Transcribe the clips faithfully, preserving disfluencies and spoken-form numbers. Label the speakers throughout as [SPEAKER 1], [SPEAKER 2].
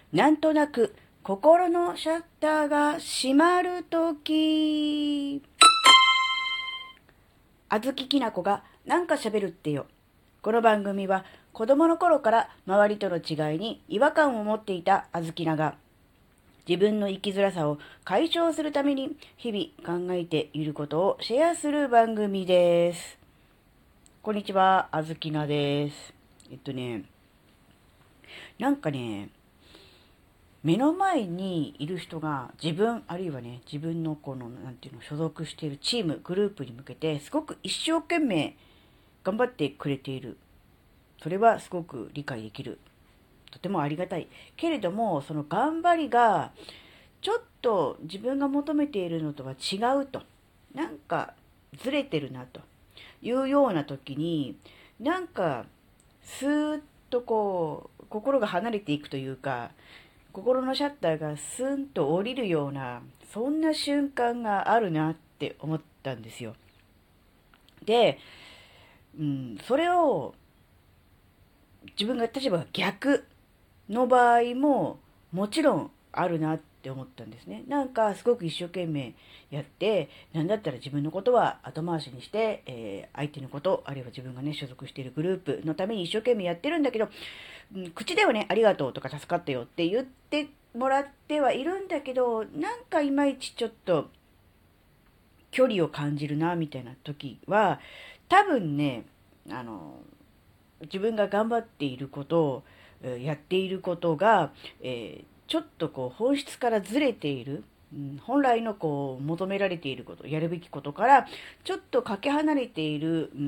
[SPEAKER 1] なんとなく心のシャッターが閉まるとき。あずききなこがなんか喋るってよ。この番組は子供の頃から周りとの違いに違和感を持っていたあずきなが自分の生きづらさを解消するために日々考えていることをシェアする番組です。こんにちは、あずきなです。えっとね、なんかね、目の前にいる人が自分、あるいはね、自分のこの、なんていうの、所属しているチーム、グループに向けて、すごく一生懸命頑張ってくれている。それはすごく理解できる。とてもありがたい。けれども、その頑張りが、ちょっと自分が求めているのとは違うと。なんか、ずれてるなというような時に、なんか、スーッとこう、心が離れていくというか、心のシャッターがスンと降りるような、そんな瞬間があるなって思ったんですよ。で、うん、それを自分が例えば逆の場合ももちろんあるなって思ったんですね。なんかすごく一生懸命やって、なんだったら自分のことは後回しにして、えー相手のこと、あるいは自分がね、所属しているグループのために一生懸命やってるんだけど、うん、口ではね、ありがとうとか助かったよって言ってもらってはいるんだけど、なんかいまいちちょっと距離を感じるな、みたいな時は、多分ね、あの、自分が頑張っていることを、やっていることが、えーちょっとこう本質からずれている、うん、本来のこう求められていること、やるべきことからちょっとかけ離れている、うん、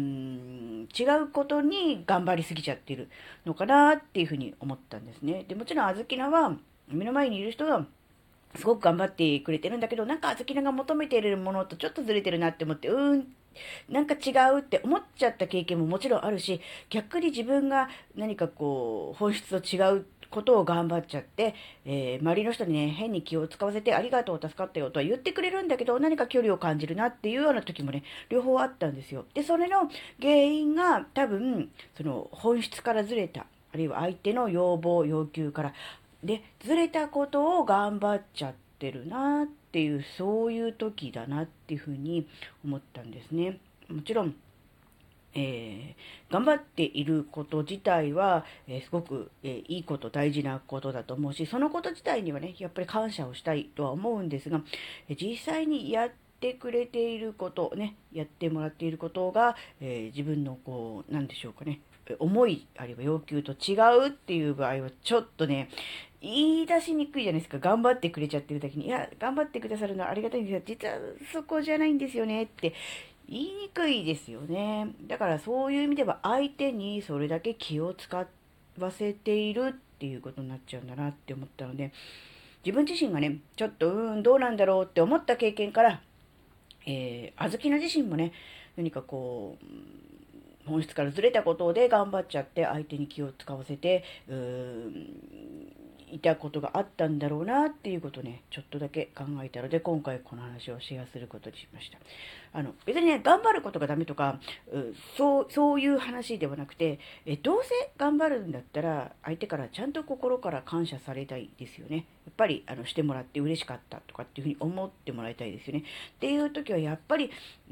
[SPEAKER 1] 違うことに頑張りすぎちゃっているのかなっていうふうに思ったんですね。で、もちろんあずきなは目の前にいる人がすごく頑張ってくれてるんだけど、なんかあずきなが求めているものとちょっとずれてるなって思って、うーん、なんか違うって思っちゃった経験ももちろんあるし、逆に自分が何かこう、本質と違うことを頑張っちゃって、えー周りの人にね、変に気を使わせてありがとう、助かったよとは言ってくれるんだけど、何か距離を感じるなっていうような時もね、両方あったんですよ。で、それの原因が多分、その本質からずれた、あるいは相手の要望、要求からで、ずれたことを頑張っちゃってるなっていう、そういう時だなっていうふうに思ったんですね。もちろん、えー頑張っていること自体は、えーすごく、えーいいこと、大事なことだと思うし、そのこと自体にはね、やっぱり感謝をしたいとは思うんですが、えー実際にやってくれていること、ね、やってもらっていることが、えー自分のこう、なんでしょうかね、思い、あるいは要求と違うっていう場合は、ちょっとね、言い出しにくいじゃないですか。頑張ってくれちゃってる時に、いや、頑張ってくださるのはありがたいんですよ。実はそこじゃないんですよねって言いにくいですよね。だからそういう意味では相手にそれだけ気を使わせているっていうことになっちゃうんだなって思ったので、自分自身がね、ちょっとうーん、どうなんだろうって思った経験から、えー、あずきな自身もね、何かこう、本質からずれたことで頑張っちゃって相手に気を使わせて、うーん、いたことがあったんだろうなっていうことをね、ちょっとだけ考えたので、今回この話をシェアすることにしました。あの、別にね、頑張ることがダメとか、うそう、そういう話ではなくて、え、どうせ頑張るんだったら、相手からちゃんと心から感謝されたいですよね。やっぱり、あの、してもらって嬉しかったとかっていうふうに思ってもらいたいですよね。っていう時は、やっぱり、うん、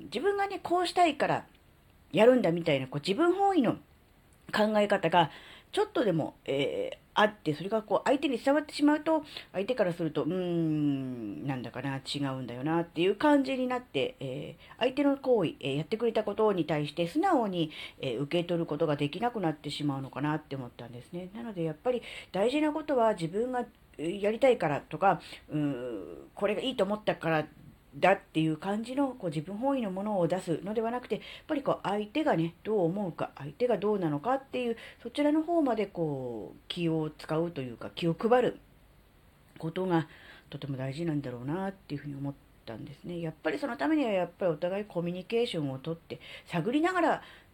[SPEAKER 1] 自分がね、こうしたいから、やるんだみたいな、こう自分本位の考え方が、ちょっとでも、えーあって、それがこう相手に伝わってしまうと、相手からすると、うーん、なんだかな、違うんだよなっていう感じになって、えー相手の行為、えーやってくれたことに対して素直に、えー受け取ることができなくなってしまうのかなって思ったんですね。なのでやっぱり大事なことは自分がえーやりたいからとか、うーん、これがいいと思ったからだっていう感じのこう自分本位のものを出すのではなくて、やっぱりこう相手がね、どう思うか、相手がどうなのかっていう、そちらの方までこう気を使うというか、気を配ることがとても大事なんだろうなっていうふうに思ったんですね。やっぱりそのためにはやっぱりお互いコミュニケーションをとって探りながら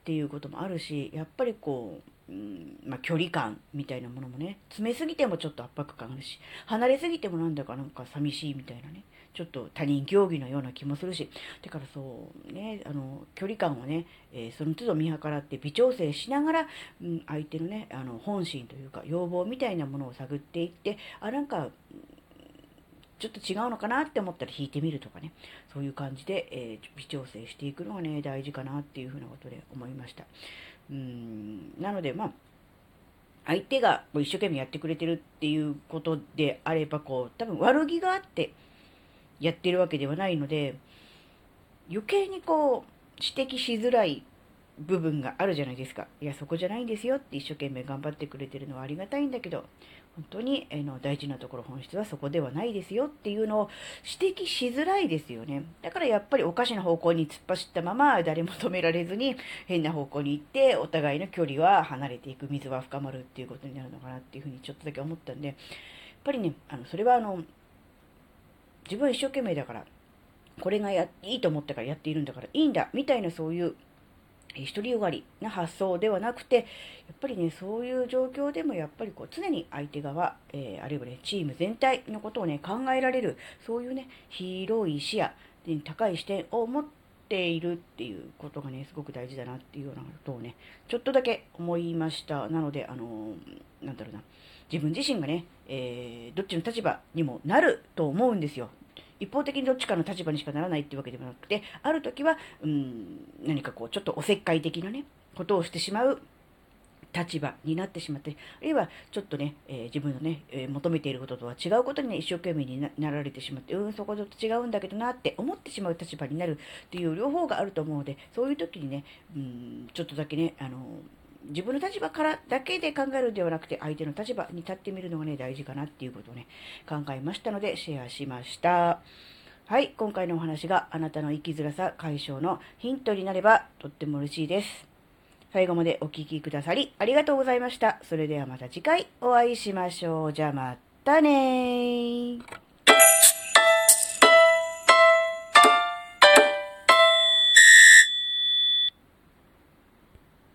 [SPEAKER 1] っていうこともあるし、やっぱりこう、うんまあ、距離感みたいなものもね、詰めすぎてもちょっと圧迫感あるし、離れすぎてもなんだかなんか寂しいみたいなね、ちょっと他人行儀のような気もするし、だからそうね、あの距離感をね、えーその都度見計らって微調整しながら、うん、相手のね、あの本心というか要望みたいなものを探っていって、あ、なんかちょっと違うのかなって思ったら弾いてみるとかね、そういう感じで、えー微調整していくのがね、大事かなっていうふうなことで思いました。うーん、なので、まあ、相手がこう一生懸命やってくれてるっていうことであれば、こう、多分悪気があってやってるわけではないので、余計にこう、指摘しづらい部分があるじゃないですか。いや、そこじゃないんですよって一生懸命頑張ってくれてるのはありがたいんだけど、本当に、えーの大事なところ、本質はそこではないですよっていうのを指摘しづらいですよね。だからやっぱりおかしな方向に突っ走ったまま誰も止められずに変な方向に行って、お互いの距離は離れていく、溝は深まるっていうことになるのかなっていうふうにちょっとだけ思ったんで、やっぱりね、あのそれはあの自分は一生懸命だから、これがやいいと思ったからやっているんだからいいんだみたいな、そういう独りよがりな発想ではなくて、やっぱりね、そういう状況でもやっぱりこう常に相手側、えー、あるいはね、チーム全体のことをね、考えられる、そういうね、広い視野、高い視点を持っているっていうことがね、すごく大事だなっていうようなことをね、ちょっとだけ思いました。なので、あのーなんだろうな、自分自身がね、えー、どっちの立場にもなると思うんですよ。一方的にどっちかの立場にしかならないっていうわけでもなくて、ある時は、うん、何かこう、ちょっとおせっかい的なね、ことをしてしまう立場になってしまって、あるいはちょっとね、えー自分のね、えー求めていることとは違うことにね、一生懸命にななられてしまって、うん、そこちょっと違うんだけどなって思ってしまう立場になるっていう両方があると思うので、そういう時にね、うん、ちょっとだけね、あの、自分の立場からだけで考えるんではなくて、相手の立場に立ってみるのがね、大事かなっていうことをね、考えましたので、シェアしました。はい、今回のお話があなたの生きづらさ解消のヒントになればとっても嬉しいです。最後までお聞きくださりありがとうございました。それではまた次回お会いしましょう。じゃあまたねー。